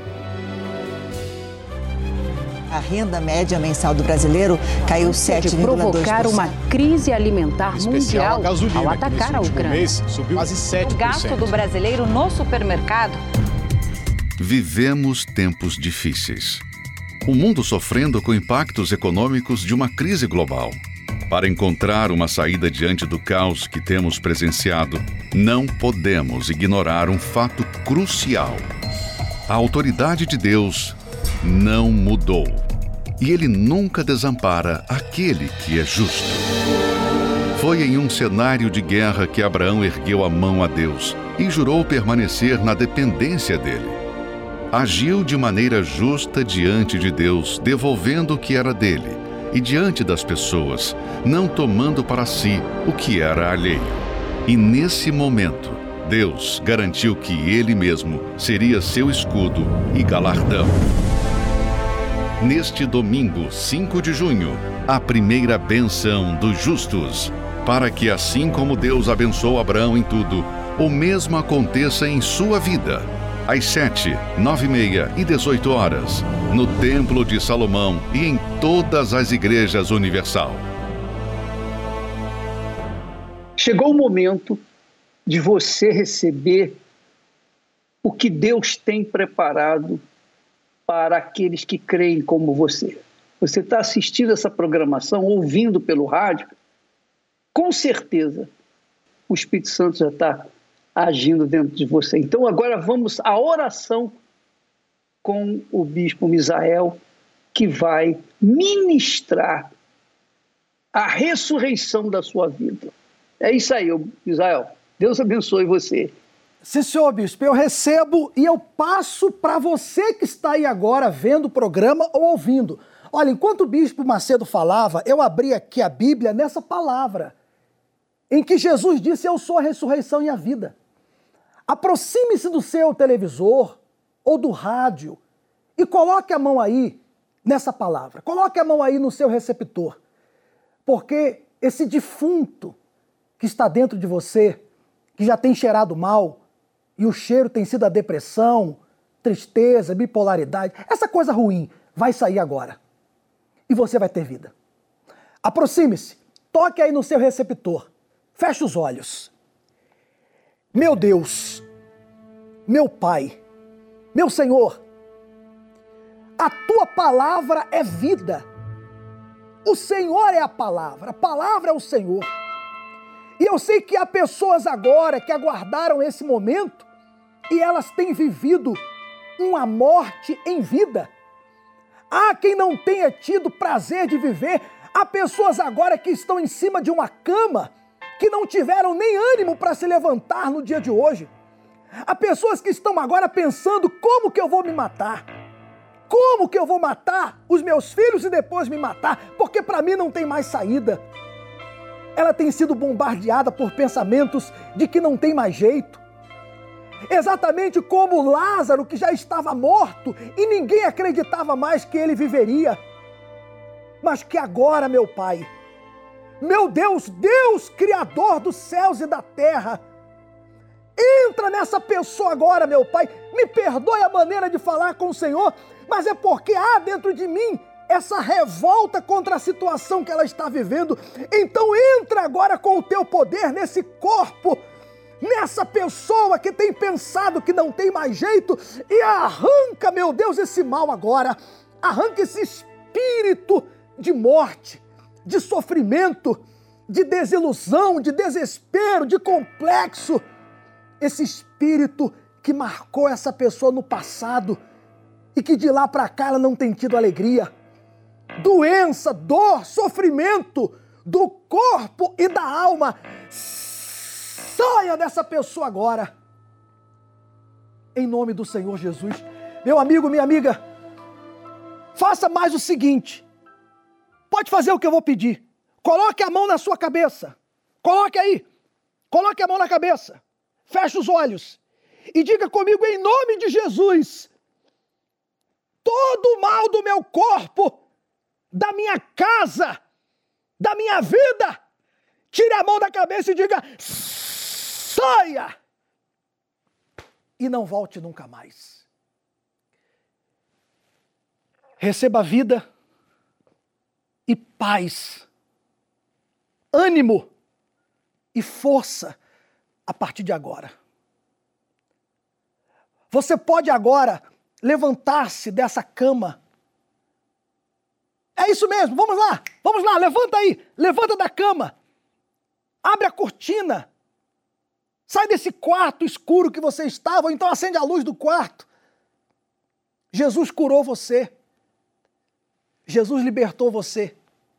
A renda média mensal do brasileiro caiu sete vírgula dois por cento. Provocar uma crise alimentar mundial a gasolina, ao atacar a Ucrânia. Mês, subiu quase sete por cento. O gasto do brasileiro no supermercado. Vivemos tempos difíceis. O mundo sofrendo com impactos econômicos de uma crise global. Para encontrar uma saída diante do caos que temos presenciado, não podemos ignorar um fato crucial. A autoridade de Deus não mudou. E Ele nunca desampara aquele que é justo. Foi em um cenário de guerra que Abraão ergueu a mão a Deus e jurou permanecer na dependência dele. Agiu de maneira justa diante de Deus, devolvendo o que era dele, e diante das pessoas, não tomando para si o que era alheio. E nesse momento, Deus garantiu que Ele mesmo seria seu escudo e galardão. Neste domingo, cinco de junho, a primeira bênção dos justos, para que assim como Deus abençoou Abraão em tudo, o mesmo aconteça em sua vida. Às sete, nove e meia e dezoito horas, no Templo de Salomão e em todas as igrejas universal. Chegou o momento de você receber o que Deus tem preparado para aqueles que creem como você. Você está assistindo essa programação, ouvindo pelo rádio, com certeza o Espírito Santo já está agindo dentro de você. Então agora vamos à oração com o Bispo Misael, que vai ministrar a ressurreição da sua vida. É isso aí, Misael. Deus abençoe você. Sim, senhor Bispo, eu recebo e eu passo para você que está aí agora vendo o programa ou ouvindo. Olha, enquanto o Bispo Macedo falava, eu abri aqui a Bíblia nessa palavra, em que Jesus disse, eu sou a ressurreição e a vida. Aproxime-se do seu televisor ou do rádio e coloque a mão aí nessa palavra. Coloque a mão aí no seu receptor. Porque esse defunto que está dentro de você, que já tem cheirado mal, e o cheiro tem sido a depressão, tristeza, bipolaridade, essa coisa ruim vai sair agora. E você vai ter vida. Aproxime-se, toque aí no seu receptor, feche os olhos. Meu Deus, meu Pai, meu Senhor, a tua palavra é vida. O Senhor é a palavra, a palavra é o Senhor. E eu sei que há pessoas agora que aguardaram esse momento e elas têm vivido uma morte em vida. Há quem não tenha tido prazer de viver. Há pessoas agora que estão em cima de uma cama que não tiveram nem ânimo para se levantar no dia de hoje. Há pessoas que estão agora pensando como que eu vou me matar. Como que eu vou matar os meus filhos e depois me matar? Porque para mim não tem mais saída. Ela tem sido bombardeada por pensamentos de que não tem mais jeito. Exatamente como Lázaro, que já estava morto e ninguém acreditava mais que ele viveria. Mas que agora, meu Pai, meu Deus, Deus Criador dos céus e da terra, entra nessa pessoa agora, meu Pai. Me perdoe a maneira de falar com o Senhor, mas é porque há dentro de mim essa revolta contra a situação que ela está vivendo. Então entra agora com o teu poder nesse corpo, nessa pessoa que tem pensado que não tem mais jeito, e arranca, meu Deus, esse mal agora. Arranca esse espírito de morte, de sofrimento, de desilusão, de desespero, de complexo. Esse espírito que marcou essa pessoa no passado e que de lá para cá ela não tem tido alegria. Doença, dor, sofrimento do corpo e da alma. Saia dessa pessoa agora. Em nome do Senhor Jesus. Meu amigo, minha amiga, faça mais o seguinte. Pode fazer o que eu vou pedir. Coloque a mão na sua cabeça. Coloque aí. Coloque a mão na cabeça. Feche os olhos. E diga comigo em nome de Jesus. Todo o mal do meu corpo, da minha casa, da minha vida, tire a mão da cabeça e diga, saia! E não volte nunca mais. Receba vida e paz, ânimo e força a partir de agora. Você pode agora levantar-se dessa cama. É isso mesmo, vamos lá, vamos lá, levanta aí, levanta da cama. Abre a cortina. Sai desse quarto escuro que você estava, ou então acende a luz do quarto. Jesus curou você. Jesus libertou você.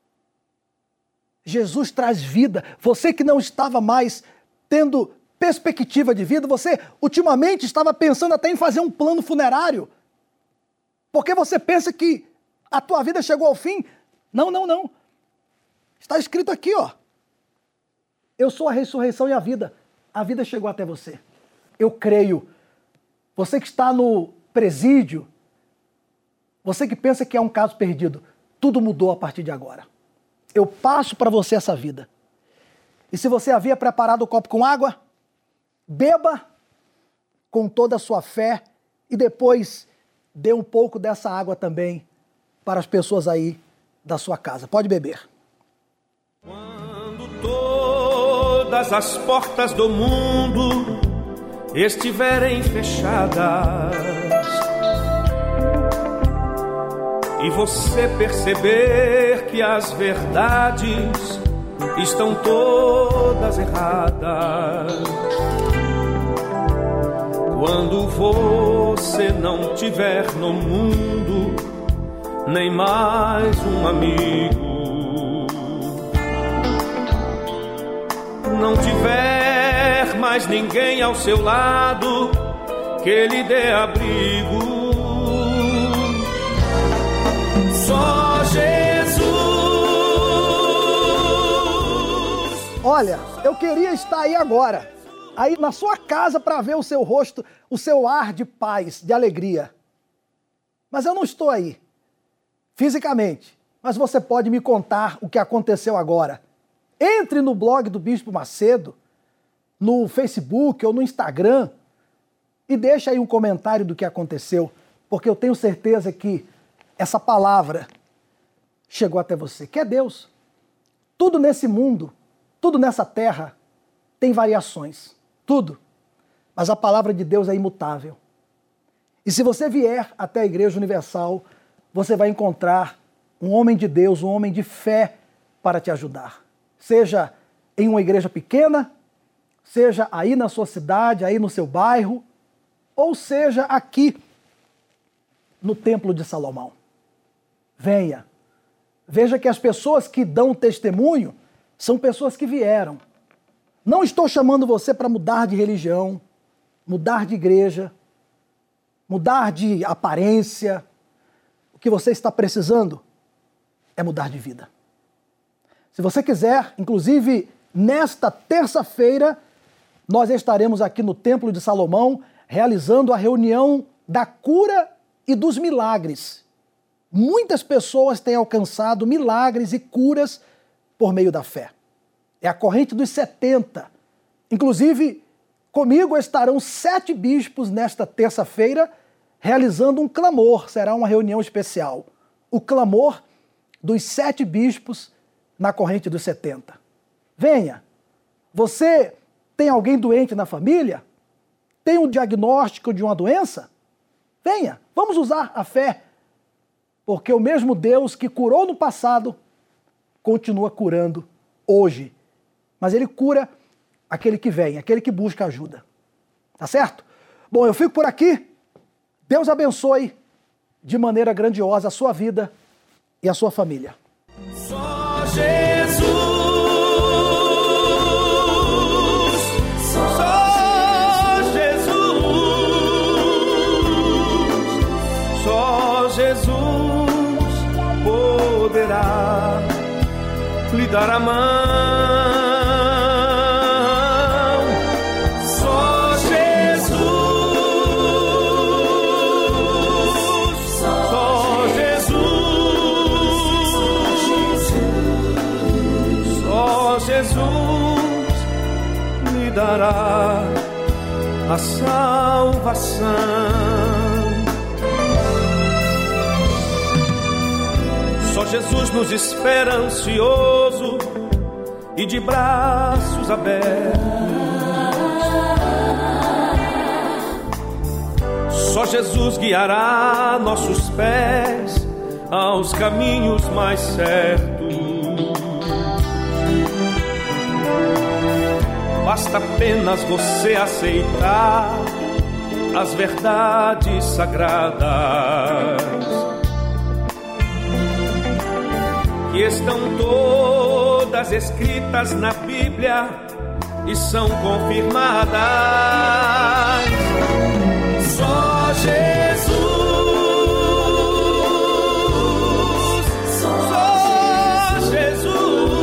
Jesus traz vida. Você que não estava mais tendo perspectiva de vida, você ultimamente estava pensando até em fazer um plano funerário. Porque você pensa que a tua vida chegou ao fim. Não, não, não. Está escrito aqui, ó. Eu sou a ressurreição e a vida. A vida chegou até você. Eu creio. Você que está no presídio, você que pensa que é um caso perdido, tudo mudou a partir de agora. Eu passo para você essa vida. E se você havia preparado o copo com água, beba com toda a sua fé e depois dê um pouco dessa água também para as pessoas aí da sua casa. Pode beber. Quando toda todas as portas do mundo estiverem fechadas e você perceber que as verdades estão todas erradas, quando você não tiver no mundo nem mais um amigo, não tiver mais ninguém ao seu lado que lhe dê abrigo, só Jesus. Olha, eu queria estar aí agora, aí na sua casa, para ver o seu rosto, o seu ar de paz, de alegria. Mas eu não estou aí, fisicamente. Mas você pode me contar o que aconteceu agora. Entre no blog do Bispo Macedo, no Facebook ou no Instagram, e deixa aí um comentário do que aconteceu, porque eu tenho certeza que essa palavra chegou até você, que é Deus. Tudo nesse mundo, tudo nessa terra tem variações, tudo. Mas a palavra de Deus é imutável. E se você vier até a Igreja Universal, você vai encontrar um homem de Deus, um homem de fé para te ajudar. Seja em uma igreja pequena, seja aí na sua cidade, aí no seu bairro, ou seja aqui no Templo de Salomão. Venha. Veja que as pessoas que dão testemunho são pessoas que vieram. Não estou chamando você para mudar de religião, mudar de igreja, mudar de aparência. O que você está precisando é mudar de vida. Se você quiser, inclusive nesta terça-feira, nós estaremos aqui no Templo de Salomão realizando a reunião da cura e dos milagres. Muitas pessoas têm alcançado milagres e curas por meio da fé. É a corrente dos setenta. Inclusive, comigo estarão sete bispos nesta terça-feira realizando um clamor. Será uma reunião especial. O clamor dos sete bispos na corrente dos setenta. Venha. Você tem alguém doente na família? Tem um diagnóstico de uma doença? Venha. Vamos usar a fé. Porque o mesmo Deus que curou no passado continua curando hoje. Mas Ele cura aquele que vem, aquele que busca ajuda. Tá certo? Bom, eu fico por aqui. Deus abençoe de maneira grandiosa a sua vida e a sua família. Só Jesus, só Jesus, só Jesus poderá lhe dar a mão. Só Jesus, só Jesus, só Jesus lhe dará a salvação. Só Jesus nos espera ansioso e de braços abertos. Só Jesus guiará nossos pés aos caminhos mais certos. Basta apenas você aceitar as verdades sagradas que estão todas escritas na Bíblia e são confirmadas. Só Jesus, só Jesus,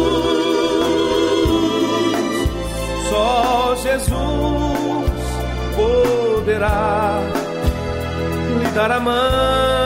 só Jesus poderá lhe dar a mão.